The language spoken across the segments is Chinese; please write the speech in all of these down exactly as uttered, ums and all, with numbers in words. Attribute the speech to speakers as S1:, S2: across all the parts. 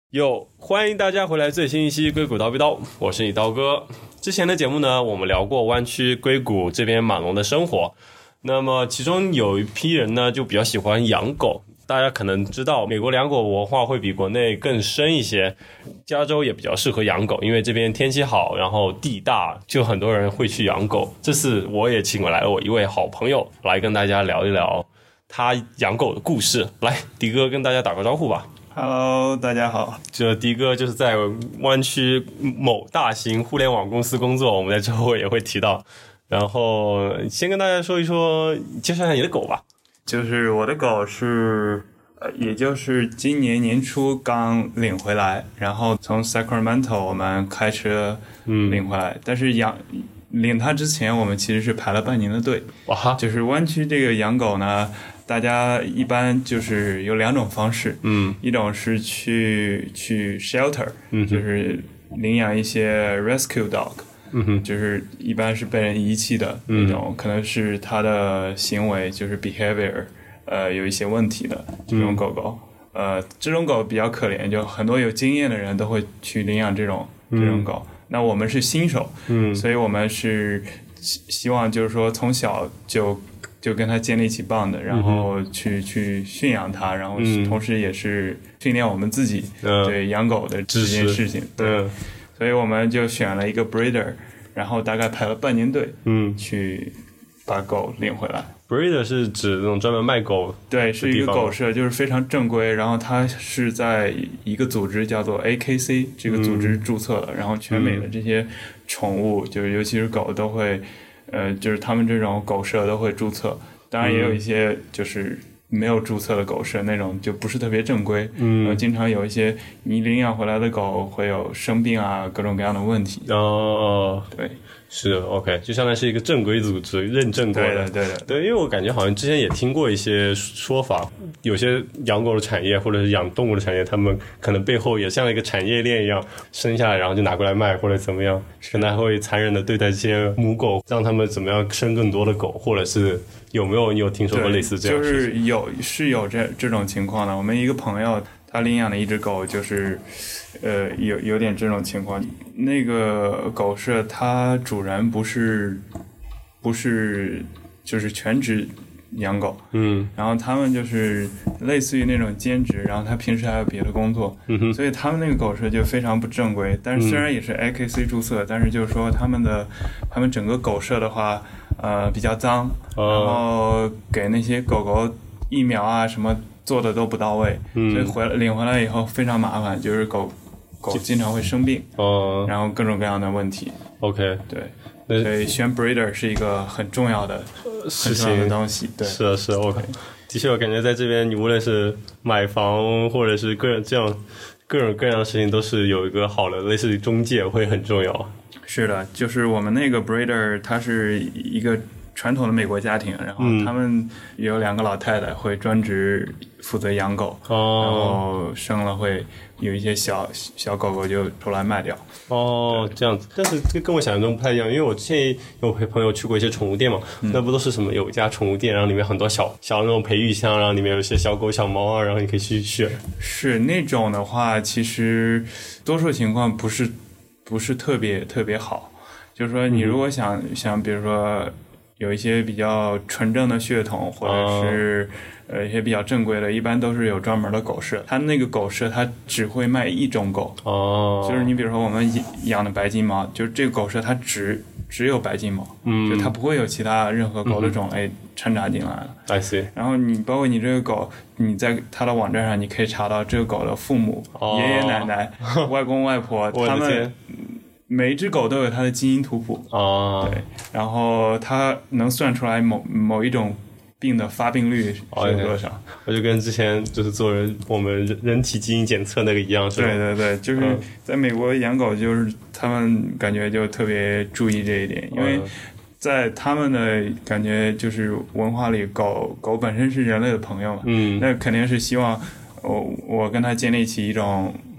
S1: 哟，欢迎大家回来最新一期硅谷刀逼刀，我是你刀哥。之前的节目呢，我们聊过湾区硅谷这边码农的生活，那么其中有一批人呢就比较喜欢养狗。大家可能知道美国养狗文化会比国内更深一些，加州也比较适合养狗，因为这边天气好，然后地大，就很多人会去养狗。这次我也请来了我一位好朋友来跟大家聊一聊他养狗的故事。来，迪哥跟大家打个招呼吧。
S2: Hello， 大家好。
S1: 这迪哥就是在湾区某大型互联网公司工作，我们在之后也会提到。然后先跟大家说一说，介绍一下你的狗吧。
S2: 就是我的狗是，呃，也就是今年年初刚领回来，然后从 Sacramento 我们开车领回来，嗯、但是养领它之前，我们其实是排了半年的队。
S1: 哇！就是
S2: 湾区这个养狗呢。大家一般就是有两种方式，
S1: 嗯，
S2: 一种是去去 shelter，
S1: 嗯，
S2: 就是领养一些 rescue dog，
S1: 嗯哼，
S2: 就是一般是被人遗弃的那种，嗯、可能是它的行为就是 behavior， 呃，有一些问题的这种狗狗，嗯、呃，这种狗比较可怜，就很多有经验的人都会去领养这种这种狗。嗯、那我们是新手，
S1: 嗯，
S2: 所以我们是希望就是说从小就。就跟他建立起 bond， 然后去、嗯、去驯养它，然后同时也是训练我们自己、嗯、对养狗的这件事情。对、嗯，所以我们就选了一个 breeder， 然后大概排了半年队，
S1: 嗯，
S2: 去把狗领回来。
S1: breeder 是指那种专门卖狗的地方？
S2: 对，是一个狗舍，就是非常正规。然后它是在一个组织叫做 A K C 这个组织注册的，嗯、然后全美的这些宠物，嗯、就是尤其是狗都会。呃，就是他们这种狗舍都会注册，当然也有一些就是没有注册的狗舍，那种就不是特别正规，
S1: 嗯，
S2: 然后经常有一些你领养回来的狗会有生病啊，各种各样的问题。
S1: 哦，
S2: 对，
S1: 是 OK， 就相当于是一个正规组织认证过的，
S2: 对的，对的，
S1: 对，因为我感觉好像之前也听过一些说法，有些养狗的产业或者是养动物的产业，他们可能背后也像一个产业链一样，生下来然后就拿过来卖或者怎么样，可能还会残忍的对待这些母狗，让他们怎么样生更多的狗，或者是有没有你有听说过类似这样的事情？
S2: 就是有是有这这种情况的。我们一个朋友他领养的一只狗就是。呃，有有点这种情况，那个狗舍它主人不是不是就是全职养狗，
S1: 嗯，
S2: 然后他们就是类似于那种兼职，然后他平时还有别的工作，
S1: 嗯哼，
S2: 所以他们那个狗舍就非常不正规。但是虽然也是 A K C 注册，嗯、但是就是说他们的他们整个狗舍的话，呃，比较脏，
S1: 哦、
S2: 然后给那些狗狗疫苗啊什么。做的都不到位，
S1: 嗯、
S2: 所以回来领回来以后非常麻烦，就是狗狗经常会生病，
S1: 哦，
S2: 然后各种各样的问题。
S1: OK，
S2: 对，所以选 breeder 是一个很重要的、很重要的东西。对，
S1: 是啊，是啊 ，OK。的确，我感觉在这边，你无论是买房或者是各种这样各种各样的事情，都是有一个好的类似于中介会很重要。
S2: 是的，就是我们那个 breeder， 它是一个。传统的美国家庭，然后他们有两个老太太会专职负责养狗，
S1: 哦、
S2: 然后生了会有一些小小狗狗就出来卖掉。
S1: 哦，这样子，但是这跟我想象中不太一样，因为我之前有陪朋友去过一些宠物店嘛，嗯、那不都是什么有一家宠物店，然后里面很多小小那种培育箱，然后里面有一些小狗小猫啊，然后你可以去选。
S2: 是那种的话，其实多数情况不是不是特别特别好，就是说你如果想、嗯、想比如说。有一些比较纯正的血统，或者是、oh. 呃一些比较正规的，一般都是有专门的狗舍。它那个狗舍，它只会卖一种狗。
S1: 哦，
S2: oh. 就是你比如说我们养的白金毛，就是这个狗舍它只只有白金毛，
S1: 嗯，
S2: 就它不会有其他任何狗的种类掺杂进来了。
S1: I see。
S2: 然后你包括你这个狗，你在它的网站上，你可以查到这个狗的父母、
S1: oh.
S2: 爷爷奶奶、外公外婆，他们。每一只狗都有它的基因图谱
S1: 啊，
S2: oh. 对，然后它能算出来某某一种病的发病率是多少。
S1: Oh, 我就跟之前就是做人我们人人体基因检测那个一样，是吧？
S2: 对对对，就是在美国养狗，就是他们感觉就特别注意这一点，因为在他们的感觉就是文化里，狗狗本身是人类的朋友嘛，
S1: 嗯，
S2: 那肯定是希望我我跟他建立起一种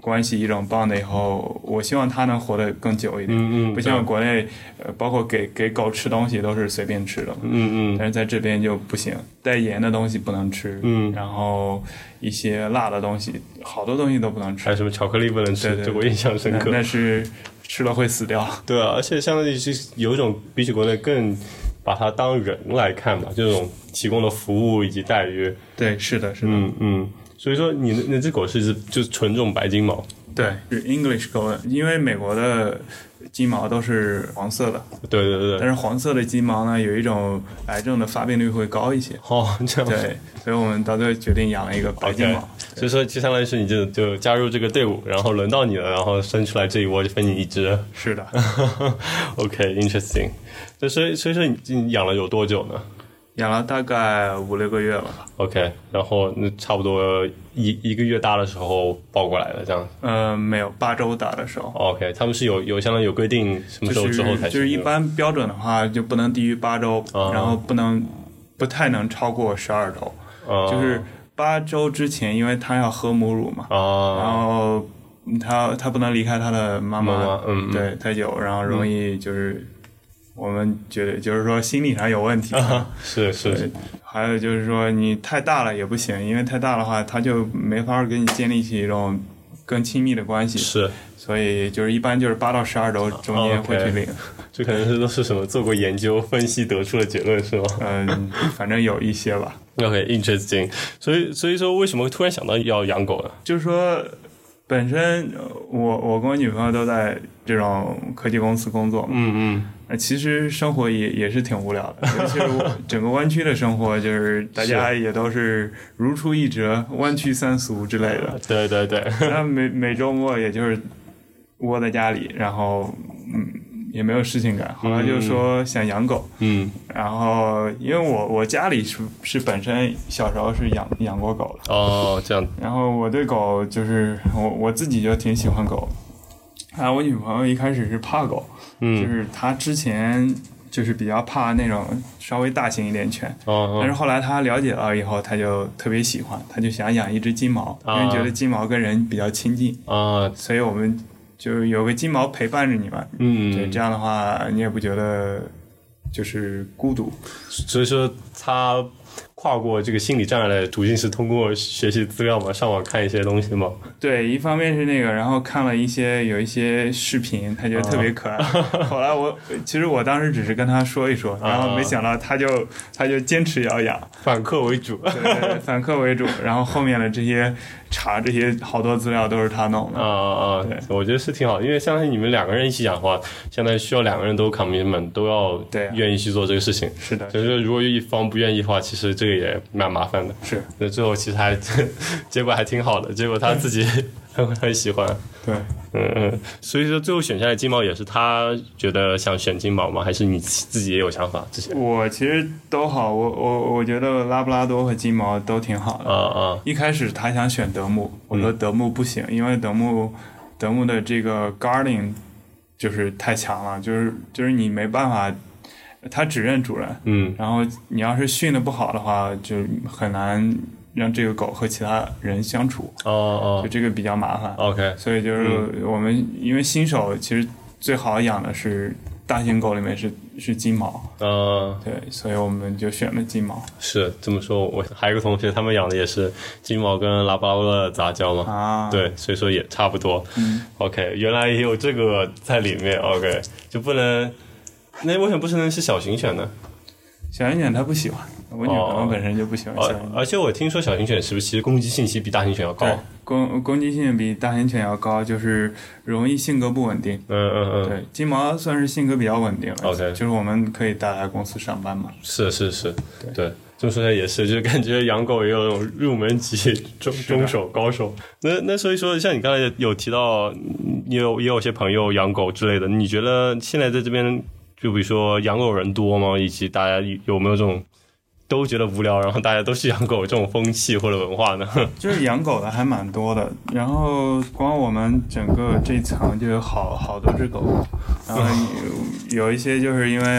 S2: 关系一种 bond 以后，我希望它能活得更久一点。
S1: 嗯嗯，
S2: 不像国内，呃，包括给给狗吃东西都是随便吃的。
S1: 嗯嗯，
S2: 但是在这边就不行，带盐的东西不能吃。
S1: 嗯，
S2: 然后一些辣的东西，好多东西都不能吃。
S1: 还有什么巧克力不能吃？
S2: 对对对，
S1: 这我印象深刻。
S2: 那, 那是吃了会死掉。
S1: 对啊，而且相当于是有一种比起国内更把它当人来看嘛，这种提供的服务以及待遇。
S2: 对，是的，是的。
S1: 嗯嗯。所以说你那那只狗是就是纯种白金毛？
S2: 对，是 English 狗的，因为美国的金毛都是黄色的。
S1: 对对对。
S2: 但是黄色的金毛呢，有一种癌症的发病率会高一些。
S1: 哦，这样。
S2: 对，所以我们到最后决定养了一个白金毛。
S1: Okay. 所以说，就相当于是你就就加入这个队伍，然后轮到你了，然后生出来这一窝就分你一只。
S2: 是的。
S1: OK，interesting、okay, 所以所以说你你养了有多久呢？
S2: 养了大概五六个月了吧。
S1: OK， 然后那差不多一一个月大的时候抱过来了，这样。
S2: 呃，没有，八周大的时候。
S1: OK， 他们是有有相当于有规定什么时候之后才、
S2: 就是、就是一般标准的话就不能低于八周、啊，然后不能不太能超过十二周、啊。就是八周之前，因为他要喝母乳嘛，啊、然后他他不能离开他的妈妈，
S1: 妈妈嗯
S2: 对太久，然后容易就是。嗯我们觉得就是说心理上有问题、啊、
S1: 是是，
S2: 还有就是说你太大了也不行，因为太大的话他就没法跟你建立起一种更亲密的关系，
S1: 是，所
S2: 以就是一般就是八到十二周中间会去领、
S1: okay, 这可能是都是什么做过研究分析得出的结论是吗？
S2: 嗯，反正有一些吧。
S1: OK，interesting、okay, 所以所以说为什么突然想到要养狗呢？
S2: 就是说本身我我跟我女朋友都在这种科技公司工作嘛，
S1: 嗯嗯。
S2: 其实生活也也是挺无聊的，尤其是整个湾区的生活，就是大家也都是如出一辙，湾区三俗之类的。
S1: 对对对。
S2: 那每每周末也就是窝在家里，然后嗯也没有事情干。后来就说想养狗，
S1: 嗯，
S2: 然后因为我我家里是是本身小时候是养养过狗的。
S1: 哦，这样。
S2: 然后我对狗就是我我自己就挺喜欢狗。啊，我女朋友一开始是怕狗，
S1: 嗯，
S2: 就是她之前就是比较怕那种稍微大型一点犬，
S1: 哦哦，
S2: 但是后来她了解了以后，她就特别喜欢，她就想养一只金毛，
S1: 啊、
S2: 因为觉得金毛跟人比较亲近
S1: 啊，
S2: 所以我们就有个金毛陪伴着你嘛，
S1: 嗯，
S2: 对，这样的话你也不觉得就是孤独，
S1: 所以说她跨过这个心理障碍的途径是通过学习资料嘛，上网看一些东西嘛。
S2: 对，一方面是那个，然后看了一些有一些视频，他觉得特别可爱。啊、后来我其实我当时只是跟他说一说，然后没想到他就他就坚持要养，
S1: 反客为主。
S2: 对对对，反客为主。然后后面的这些查这些好多资料都是他弄的。
S1: 啊啊啊！对，我觉得是挺好，因为相当于你们两个人一起养的话，相当于需要两个人都 commitment 都要
S2: 对
S1: 愿意去做这个事情。
S2: 是的。
S1: 就是如果一方不愿意的话，其实这个也蛮麻烦的。
S2: 是。
S1: 那最后其实还结果还挺好的，结果他自己很很喜欢。
S2: 对，
S1: 嗯嗯。所以说最后选下来金毛也是他觉得想选金毛吗？还是你自己也有想法？之前
S2: 我其实都好，我我我觉得拉布拉多和金毛都挺好的。
S1: 啊啊！
S2: 一开始他想选德牧，我说德牧不行，嗯、因为德牧德牧的这个 guarding 就是太强了，就是就是你没办法。他只认主人，
S1: 嗯，
S2: 然后你要是训的不好的话，就很难让这个狗和其他人相处，
S1: 哦哦，
S2: 就这个比较麻烦。
S1: OK，
S2: 所以就是我们、嗯、因为新手其实最好养的是大型狗里面是是金毛，
S1: 嗯，
S2: 对，所以我们就选了金毛。
S1: 是这么说，我还有个同学他们养的也是金毛跟拉布拉多的杂交嘛，
S2: 啊，
S1: 对，所以说也差不多。
S2: 嗯
S1: ，OK， 原来也有这个在里面 ，OK， 就不能。那为什么不是能是小型犬呢？
S2: 小型犬它不喜欢，我女朋友本身就不喜欢小型犬、
S1: 哦。而且我听说小型犬是不是其实攻击性其实比大型犬要高？
S2: 攻攻击性比大型犬要高，就是容易性格不稳定。
S1: 嗯嗯嗯。对，
S2: 金毛算是性格比较稳定了。
S1: OK，
S2: 就是我们可以带来公司上班嘛。
S1: 是是是，
S2: 对。
S1: 对这么说来也是，就感觉养狗也有那种入门级、中中手、高手。那那所以说，像你刚才有提到，你有也有些朋友养狗之类的，你觉得现在在这边？就比如说养狗人多吗？以及大家有没有这种都觉得无聊，然后大家都去养狗这种风气或者文化呢？
S2: 就是养狗的还蛮多的，然后光我们整个这一层就有好好多只狗，然后有有一些就是因为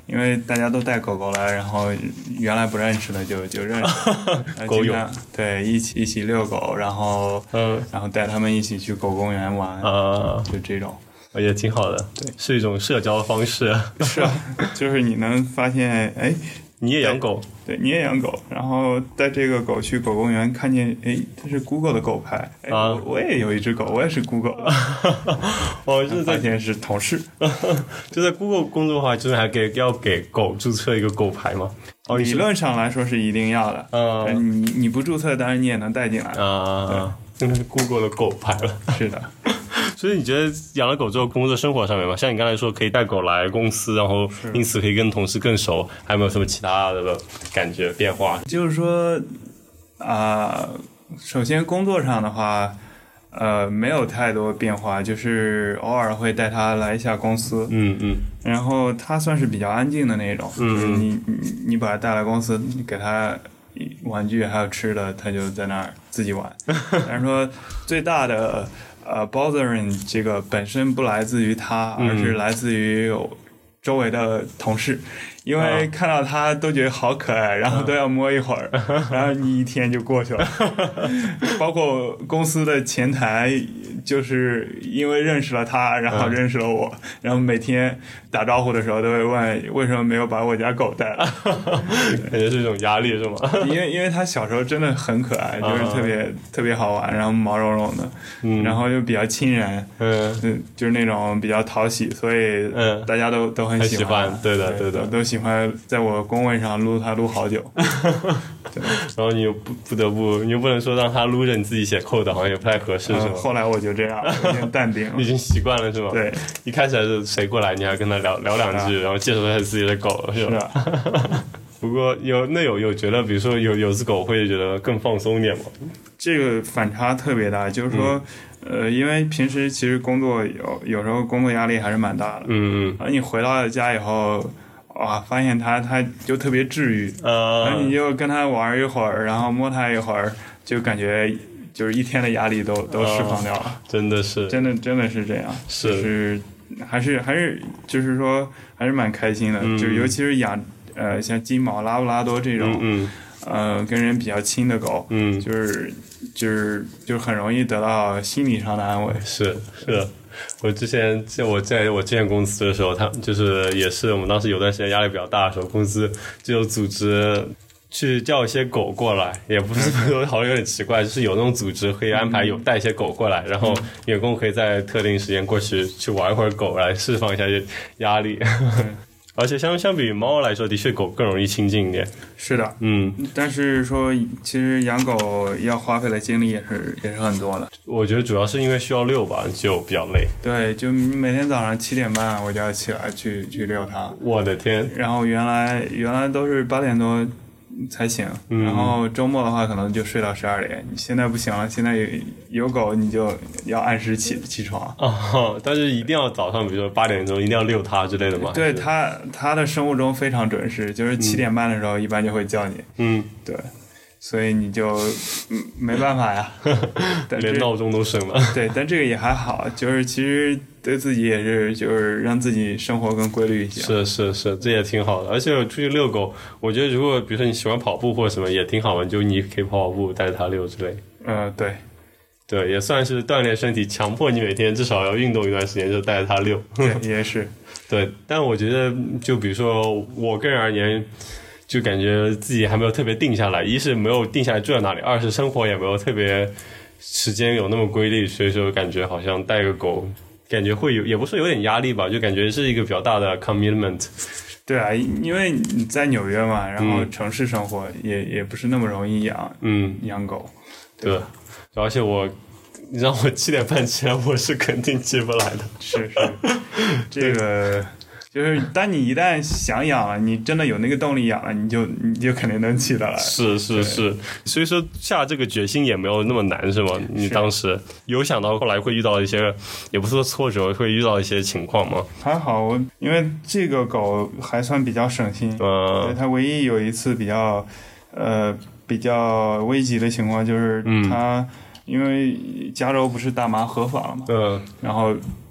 S2: 因为大家都带狗狗来，然后原来不认识的就就认识，
S1: 狗友
S2: 对一起一起遛狗，然后嗯，然后带他们一起去狗公园玩啊，就这种。
S1: 也挺好的，
S2: 对，
S1: 是一种社交的方式。
S2: 是啊，就是你能发现，哎，
S1: 你也养狗，
S2: 对，你也养狗，然后带这个狗去狗公园，看见，哎，它是 Google 的狗牌，哎，啊、我, 我也有一只狗，我也是 Google 的。
S1: 哦，就是
S2: 发现是同事。
S1: 就在 Google 工作的话，就是还给要给狗注册一个狗牌吗？
S2: 哦，理论上来说是一定要的。嗯、呃，你你不注册，当然你也能带进来。
S1: 啊，真的是 Google 的狗牌了。
S2: 是的。
S1: 所以你觉得养了狗之后，工作生活上面嘛，像你刚才说可以带狗来公司，然后因此可以跟同事更熟，还有没有什么其他的感觉变化？
S2: 就是说，啊、呃，首先工作上的话，呃，没有太多变化，就是偶尔会带它来一下公司，
S1: 嗯嗯，
S2: 然后它算是比较安静的那种，嗯，就是你你你把它带来公司，你给它玩具还有吃的，它就在那儿自己玩。但是说最大的。呃 bothering 这个本身不来自于他，而是来自于周围的同事，因为看到他都觉得好可爱，然后都要摸一会儿，然后你一天就过去了。包括公司的前台，就是因为认识了他，然后认识了我，然后每天打招呼的时候都会问为什么没有把我家狗带来。
S1: 感觉是一种压力是吗？
S2: 因为因为他小时候真的很可爱，就是特别、uh-huh. 特别好玩，然后毛茸茸的、嗯、然后又比较亲人，嗯，就是那种比较讨喜，所以大家都、嗯、都很喜欢,
S1: 喜欢对的对的，
S2: 都喜欢在我工位上撸它撸好久。
S1: 对，然后你又不不得不，你又不能说让他撸着你自己写扣的，好像也不太合适、嗯、是吧？
S2: 后来我就这样有点淡定了。
S1: 你已经习惯了是吗？
S2: 对，
S1: 一开始还是谁过来你还跟他聊聊两句、啊、然后介绍他自己的狗是吧？
S2: 是啊。
S1: 不过有那有有觉得比如说有有只狗会觉得更放松一点吗？
S2: 这个反差特别大，就是说、嗯、呃因为平时其实工作有有时候工作压力还是蛮大的，
S1: 嗯嗯，
S2: 然后你回到家以后哇发现它它就特别治愈，
S1: 呃、
S2: 然后你就跟它玩一会儿，然后摸它一会儿，就感觉就是一天的压力都都释放掉了、呃、
S1: 真的是
S2: 真的真的是这样，
S1: 是
S2: 就是还是还是就是说还是蛮开心的、嗯、就尤其是养呃，像金毛、拉布拉多这种，
S1: 嗯
S2: 嗯，呃，跟人比较亲的狗，
S1: 嗯，
S2: 就是就是就很容易得到心理上的安慰。
S1: 是是，我之前我在我之前公司的时候，他就是也是我们当时有段时间压力比较大的时候，公司就有组织去叫一些狗过来，也不是说好像有点奇怪，就是有那种组织可以安排有带一些狗过来，然后员工可以在特定时间过去去玩一会儿狗，来释放一下压力。而且相相比于猫来说，的确狗更容易亲近一点。
S2: 是的，
S1: 嗯，
S2: 但是说其实养狗要花费的精力也是也是很多的。
S1: 我觉得主要是因为需要遛吧，就比较累。
S2: 对，就每天早上七点半我就要起来去去遛它。
S1: 我的天！
S2: 然后原来原来都是八点多才醒、嗯，然后周末的话可能就睡到十二点。你现在不行了，现在有有狗你就要按时起起床。
S1: 哦，但是一定要早上，比如说八点钟一定要遛它之类的吗？
S2: 对，它它的生物钟非常准时，就是七点半的时候一般就会叫你。
S1: 嗯，
S2: 对，所以你就嗯没办法呀，
S1: 连闹钟都省了。
S2: 对，但这个也还好，就是其实对自己也是，就是让自己生活更规律一些。
S1: 是是是，这也挺好的。而且出去遛狗，我觉得如果比如说你喜欢跑步或者什么，也挺好玩，就你可以跑跑步，带着它遛之类。
S2: 嗯、呃，对。
S1: 对，也算是锻炼身体，强迫你每天至少要运动一段时间，就带着它遛。
S2: 对，也是。
S1: 对，但我觉得，就比如说我个人而言，就感觉自己还没有特别定下来。一是没有定下来住在哪里，二是生活也没有特别时间有那么规律，所以说感觉好像带个狗，感觉会有，也不是有点压力吧，就感觉是一个比较大的 commitment。
S2: 对啊，因为你在纽约嘛，然后城市生活也、嗯、也不是那么容易养，
S1: 嗯，
S2: 养狗。
S1: 对，对，而且我，你让我七点半起来，我是肯定起不来的。
S2: 是是，这个就是当你一旦想养了，你真的有那个动力养了，你就你就肯定能起得来。
S1: 是是是，所以说下这个决心也没有那么难，是吗？你当时有想到后来会遇到一些，也不是说挫折，会遇到一些情况吗？
S2: 还好，我因为这个狗还算比较省心。嗯，对，它唯一有一次比较呃比较危急的情况就是它。嗯，因为加州不是大麻合法了嘛，
S1: 嗯，
S2: 然后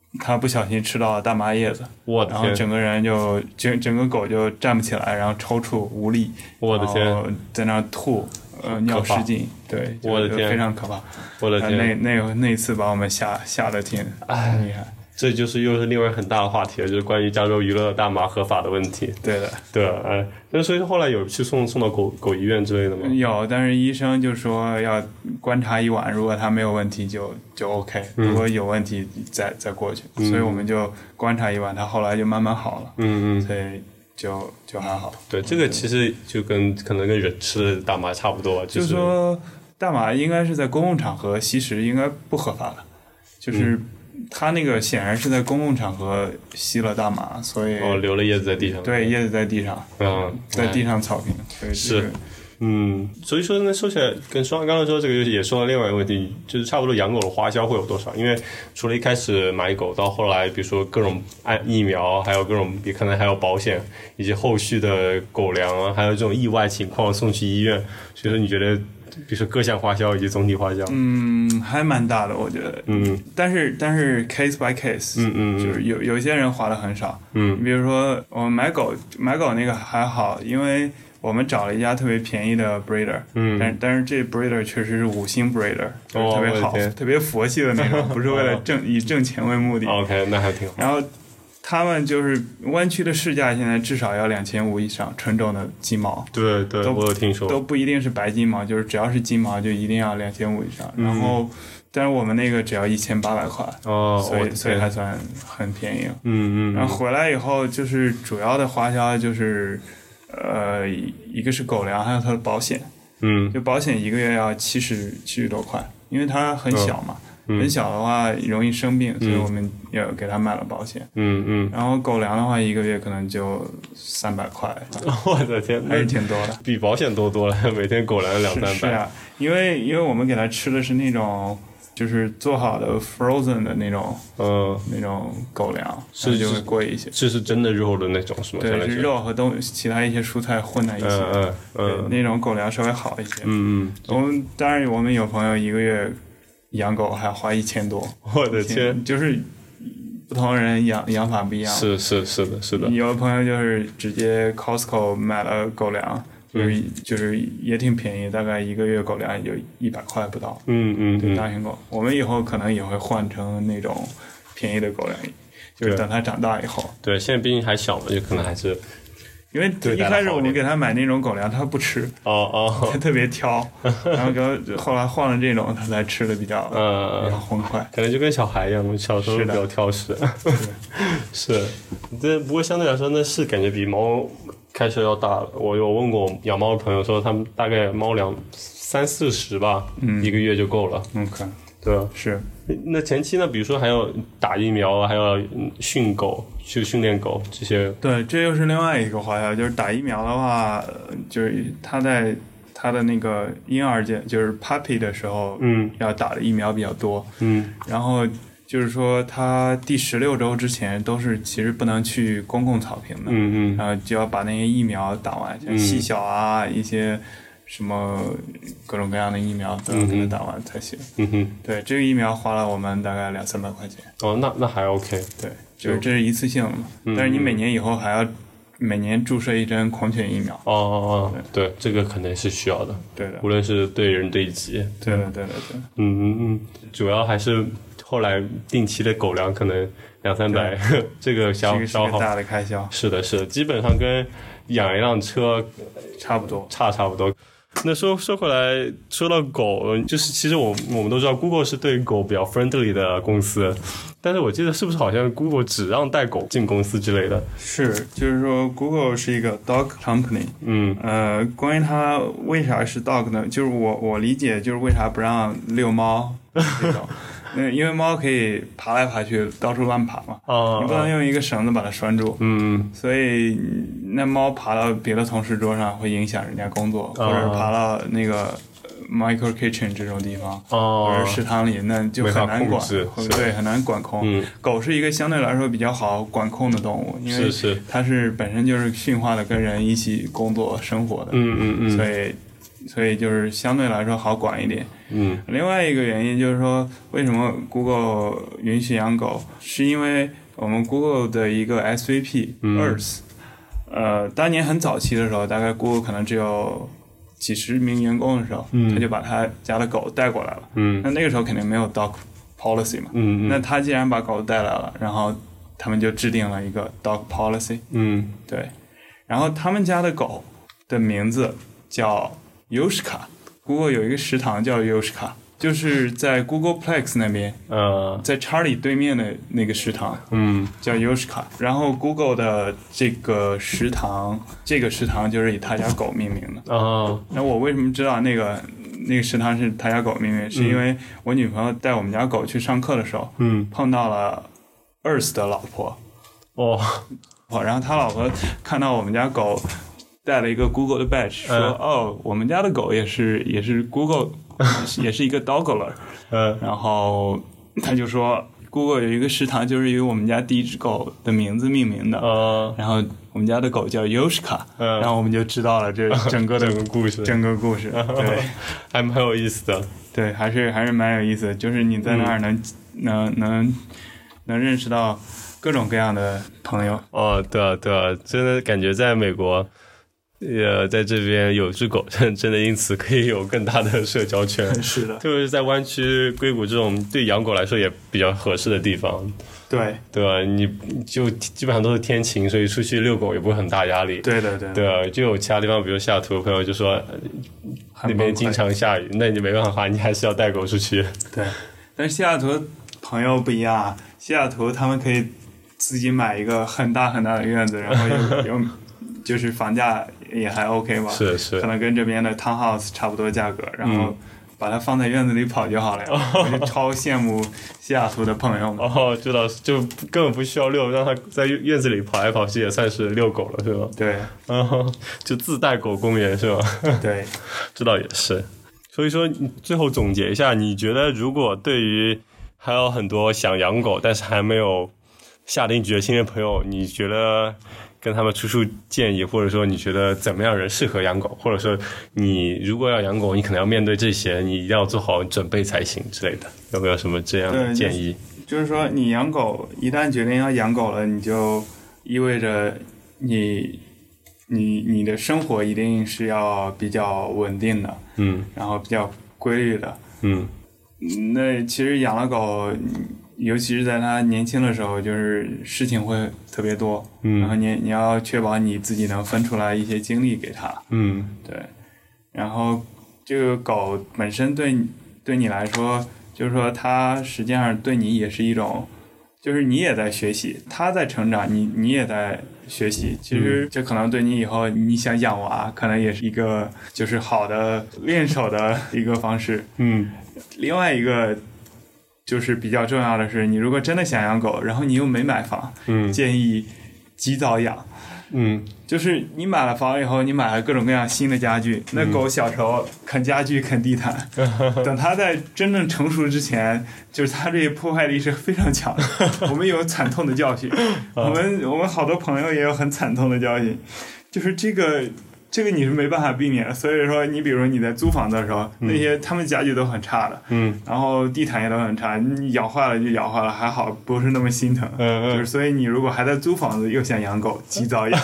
S2: 它不小心吃到了大麻叶子，
S1: 我的天，
S2: 然后整个人就整整个狗就站不起来，然后抽搐无力，
S1: 我的天，
S2: 在那吐，呃，尿失禁，对，
S1: 我的天，
S2: 非常可怕，
S1: 我的天，
S2: 呃、那那那一次把我们吓吓得挺厉害。
S1: 这就是又是另外很大的话题了，就是关于加州娱乐大麻合法的问题。
S2: 对的，
S1: 对，哎，那所以后来有去送送到狗狗医院之类的吗？
S2: 有，但是医生就说要观察一晚，如果他没有问题就就 OK，、嗯、如果有问题再再过去、嗯。所以我们就观察一晚，他后来就慢慢好了。嗯嗯，所以就就还好。
S1: 对，这个其实就跟可能跟人吃的大麻差不多，
S2: 就是、就是说大麻应该是在公共场合吸食应该不合法的，就是。嗯他那个显然是在公共场合吸了大麻，所以
S1: 哦留了叶子在地上，
S2: 对，叶子在地上，嗯，在地上草坪，所以、这个、
S1: 是，嗯，所以说呢，说起来跟双刚刚说这个也说了另外一个问题，就是差不多养狗的花销会有多少？因为除了一开始买狗，到后来比如说各种按疫苗，还有各种也可能还有保险，以及后续的狗粮啊，还有这种意外情况送去医院，所以说你觉得？比如说各项花销以及总体花销，
S2: 嗯，还蛮大的，我觉得，嗯，但是但是 case by case，
S1: 嗯嗯，
S2: 就是有有些人花的很少，
S1: 嗯，
S2: 比如说我们买狗买狗那个还好，因为我们找了一家特别便宜的 breeder， 嗯，但但是这 breeder 确实是五星 breeder，、哦、特别好，特别佛系的那种，不是为了挣、哦、以挣钱为目的
S1: ，OK， 那还挺好，
S2: 然后。他们就是湾区的市价，现在至少要两千五以上，纯种的金毛。
S1: 对对，我有听说。
S2: 都不一定是白金毛，就是只要是金毛就一定要两千五以上。嗯、然后，但是我们那个只要一千八百块，
S1: 哦，
S2: 所以所以还算很便宜了。
S1: 嗯嗯。
S2: 然后回来以后，就是主要的花销就是，呃，一个是狗粮，还有它的保险。
S1: 嗯。
S2: 就保险一个月要七十七十多块，因为它很小嘛。
S1: 嗯
S2: 很小的话容易生病，所以我们要给他买了保险。
S1: 嗯嗯。
S2: 然后狗粮的话，一个月可能就三百块。
S1: 我的天，
S2: 还是挺多的，
S1: 比保险多多了。每天狗粮两三百。
S2: 是啊，因为因为我们给它吃的是那种就是做好的 frozen 的那种，
S1: 嗯，
S2: 那种狗粮，
S1: 是
S2: 就会贵一些。
S1: 这是真的肉的那种是吗？
S2: 对，是肉和东其他一些蔬菜混在一起。
S1: 嗯嗯嗯。
S2: 那种狗粮稍微好一些。
S1: 嗯嗯。
S2: 我们当然我们有朋友一个月。养狗还要花一千多，
S1: 我的天！
S2: 就是不同人养养法不一样。
S1: 是是是的，是的。
S2: 有的朋友就是直接 Costco 买了狗粮，就是、嗯、就是也挺便宜，大概一个月狗粮也就一百块不到。
S1: 嗯嗯，
S2: 对，大型狗，我们以后可能也会换成那种便宜的狗粮，就是等它长大以后。
S1: 对，现在毕竟还小嘛，就可能还是。
S2: 因为一开始我们给他买那种狗粮，他不吃，
S1: 哦哦，
S2: 他特别挑，然后给后来换了这种，他才吃的比较，
S1: 嗯，
S2: 比较欢快。
S1: 可能就跟小孩一样，小时候比较挑食。是，是，这不过相对来说，那是感觉比猫开销要大了。我有问过养猫的朋友说，他们大概猫粮三四十吧，嗯，一个月就够了。
S2: 嗯，可
S1: 对吧？
S2: 是。
S1: 那前期呢，比如说还要打疫苗，还要训狗，去训练狗这些。
S2: 对，这又是另外一个花销，就是打疫苗的话，就是他在他的那个婴儿阶，就是 puppy 的时候，
S1: 嗯，
S2: 要打的疫苗比较多，
S1: 嗯，
S2: 然后就是说他第十六周之前都是其实不能去公共草坪的，
S1: 嗯嗯，
S2: 然后就要把那些疫苗打完，像细小啊、嗯、一些。什么各种各样的疫苗都要给它打完才行。
S1: 嗯哼，
S2: 对，这个疫苗花了我们大概两三百块钱。
S1: 哦，那那还 OK。
S2: 对，就是这是一次性的嘛、嗯，但是你每年以后还要每年注射一针狂犬疫苗。
S1: 哦哦哦，对，对，这个肯定是需要的。
S2: 对的，
S1: 无论是对人对己。
S2: 对的，对的，对的。
S1: 嗯嗯嗯，主要还是后来定期的狗粮可能两三百，这个消消耗
S2: 大的开销。
S1: 是的，是的，基本上跟养一辆车
S2: 差不多，
S1: 差差不多。那说说回来，说到狗，就是其实我我们都知道 Google 是对狗比较 friendly 的公司，但是我记得是不是好像 Google 只让带狗进公司之类的？
S2: 是，就是说 Google 是一个 dog company。
S1: 嗯，
S2: 呃，关于它为啥是 dog 呢？就是我我理解就是为啥不让遛猫这种。嗯，因为猫可以爬来爬去，到处乱爬嘛。
S1: 哦。
S2: 你不能用一个绳子把它拴住。
S1: 嗯。
S2: 所以那猫爬到别的同事桌上会影响人家工作，
S1: 哦、
S2: 或者爬到那个 micro kitchen 这种地方，
S1: 哦、
S2: 或者食堂里，那就很难管。对，很难管控、
S1: 嗯。
S2: 狗是一个相对来说比较好管控的动物，因为它是本身就是驯化的，跟人一起工作生活的。
S1: 嗯嗯嗯。
S2: 所以，所以就是相对来说好管一点。
S1: 嗯，
S2: 另外一个原因就是说，为什么 Google 允许养狗，是因为我们 Google 的一个 S V P、
S1: 嗯、
S2: Earth， 呃，当年很早期的时候，大概 Google 可能只有几十名员工的时候，
S1: 嗯、
S2: 他就把他家的狗带过来了。
S1: 嗯，
S2: 那那个时候肯定没有 dog policy 嘛。
S1: 嗯嗯。
S2: 那他既然把狗带来了，然后他们就制定了一个 dog policy。
S1: 嗯，
S2: 对。然后他们家的狗的名字叫 Yoshika。Google 有一个食堂叫 Yoshika， 就是在 Googleplex 那边，
S1: 呃，
S2: 在 Charlie 对面的那个食堂，
S1: 嗯，
S2: 叫 Yoshika。然后 Google 的这个食堂，这个食堂就是以他家狗命名的。
S1: 哦，
S2: 那我为什么知道那个那个食堂是他家狗命名？是因为我女朋友带我们家狗去上课的时候，
S1: 嗯，
S2: 碰到了 Earth 的老婆，
S1: 哦，
S2: 然后他老婆看到我们家狗带了一个 Google 的 badge， 说、
S1: 嗯、
S2: 哦，我们家的狗也是也是 Google， 也是一个 Doggler，
S1: 嗯，
S2: 然后他就说 Google 有一个食堂就是以我们家第一只狗的名字命名的，
S1: 哦，
S2: 然后我们家的狗叫 Yoshika，
S1: 嗯，
S2: 然后我们就知道了这整个的
S1: 整个故事，
S2: 整个故事，对，
S1: 还蛮有意思的，
S2: 对，还是还是蛮有意思的，就是你在那儿能、嗯、能能能认识到各种各样的朋友。
S1: 哦，对啊，对啊，真的感觉在美国。呃，在这边有只狗，真的因此可以有更大的社交圈。
S2: 是的，
S1: 特别是在湾区、硅谷这种对养狗来说也比较合适的地方。
S2: 对，
S1: 对吧？你就基本上都是天晴，所以出去遛狗也不会很大压力。
S2: 对的，对的。
S1: 对啊，就有其他地方，比如西雅图的朋友就说那边经常下雨，那你没办法，你还是要带狗出去。
S2: 对，但是西雅图朋友不一样啊，西雅图他们可以自己买一个很大很大的院子，然后有有就是房价也还 OK 吧，
S1: 是是，
S2: 可能跟这边的 townhouse 差不多价格，然后把它放在院子里跑就好了呀。嗯、我就超羡慕西雅图的朋友们。
S1: 哦，知道，就根本不需要遛，让它在院子里跑来跑去也算是遛狗了，是吧？
S2: 对，
S1: 嗯，就自带狗公园是吧？
S2: 对，
S1: 这倒也是。所以说，最后总结一下，你觉得如果对于还有很多想养狗但是还没有下定决心的朋友，你觉得跟他们出出建议，或者说你觉得怎么样人适合养狗，或者说你如果要养狗，你可能要面对这些，你一定要做好准备才行之类的，有没有什么这样的建议？
S2: 就是、就是说，你养狗一旦决定要养狗了，你就意味着你你你的生活一定是要比较稳定的，
S1: 嗯，
S2: 然后比较规律的，
S1: 嗯，
S2: 那其实养了狗。尤其是在它年轻的时候，就是事情会特别多，
S1: 嗯，
S2: 然后你你要确保你自己能分出来一些精力给它，
S1: 嗯，
S2: 对，然后这个狗本身对对你来说，就是说它实际上对你也是一种，就是你也在学习，它在成长，你你也在学习，其实这可能对你以后你想养娃，可能也是一个就是好的练手的一个方式，
S1: 嗯，
S2: 另外一个。就是比较重要的是，你如果真的想养狗，然后你又没买房，
S1: 嗯，
S2: 建议及早养，
S1: 嗯，
S2: 就是你买了房以后，你买了各种各样新的家具，那狗小时候啃家具、啃地毯，嗯、等它在真正成熟之前，就是它这些破坏力是非常强的。我们有惨痛的教训，我们我们好多朋友也有很惨痛的教训，就是这个。这个你是没办法避免的，所以说你比如说你在租房子的时候，嗯、那些他们家具都很差的，
S1: 嗯，
S2: 然后地毯也都很差，你咬坏了就咬坏了，还好不是那么心疼，
S1: 嗯嗯，
S2: 就是所以你如果还在租房子又想养狗，及早养。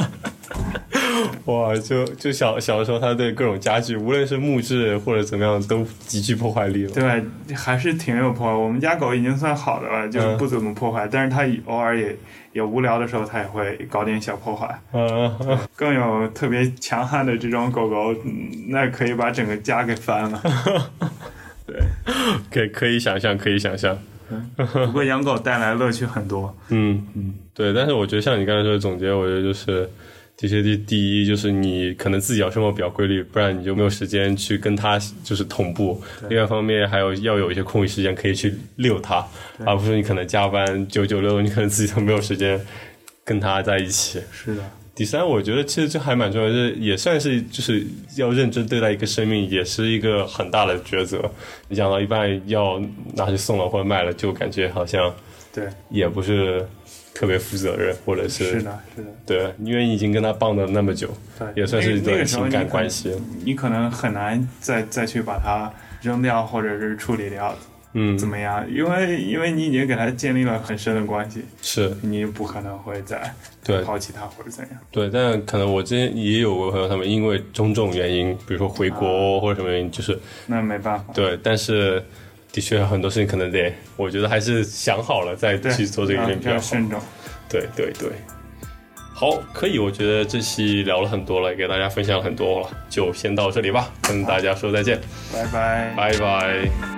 S1: 哇，就就小小的时候，他对各种家具，无论是木质或者怎么样，都极具破坏力了。
S2: 对，还是挺有破坏。我们家狗已经算好的了，就是不怎么破坏，嗯、但是它偶尔也也无聊的时候，它也会搞点小破坏。
S1: 嗯，
S2: 更有特别强悍的这种狗狗，那可以把整个家给翻了。对，
S1: 可以可以想象，可以想象。
S2: 不过养狗带来乐趣很多。
S1: 嗯嗯，对，但是我觉得像你刚才说的总结，我觉得就是。的确，第第一就是你可能自己要生活比较规律，不然你就没有时间去跟它就是同步。另外一方面，还有要有一些空余时间可以去遛它，而不是你可能加班九九六，你可能自己都没有时间跟它在一起。
S2: 是的。
S1: 第三，我觉得其实这还蛮重要的，就是也算是就是要认真对待一个生命，也是一个很大的抉择。你讲到一半要拿去送了或者卖了，就感觉好像
S2: 对
S1: 也不是。特别负责任，或者是
S2: 是的，是的，
S1: 对，因为你已经跟他绑了那么久，
S2: 对，
S1: 也算是一段情感关系。
S2: 你可能很难再再去把它扔掉或者是处理掉，
S1: 嗯，
S2: 怎么样？因为因为你已经给他建立了很深的关系，
S1: 是
S2: 你不可能会再
S1: 对
S2: 抛弃他或者怎样。
S1: 对，但可能我之前也有过朋友，他们因为种种原因，比如说回国或者什么原因，就是
S2: 那没办法。
S1: 对，但是的确很多事情可能得，我觉得还是想好了再去做这个有点比较好。
S2: 要慎重。
S1: 对对对，好，可以，我觉得这期聊了很多了，也给大家分享了很多了，就先到这里吧，跟大家说再见，
S2: 拜拜，
S1: 拜拜。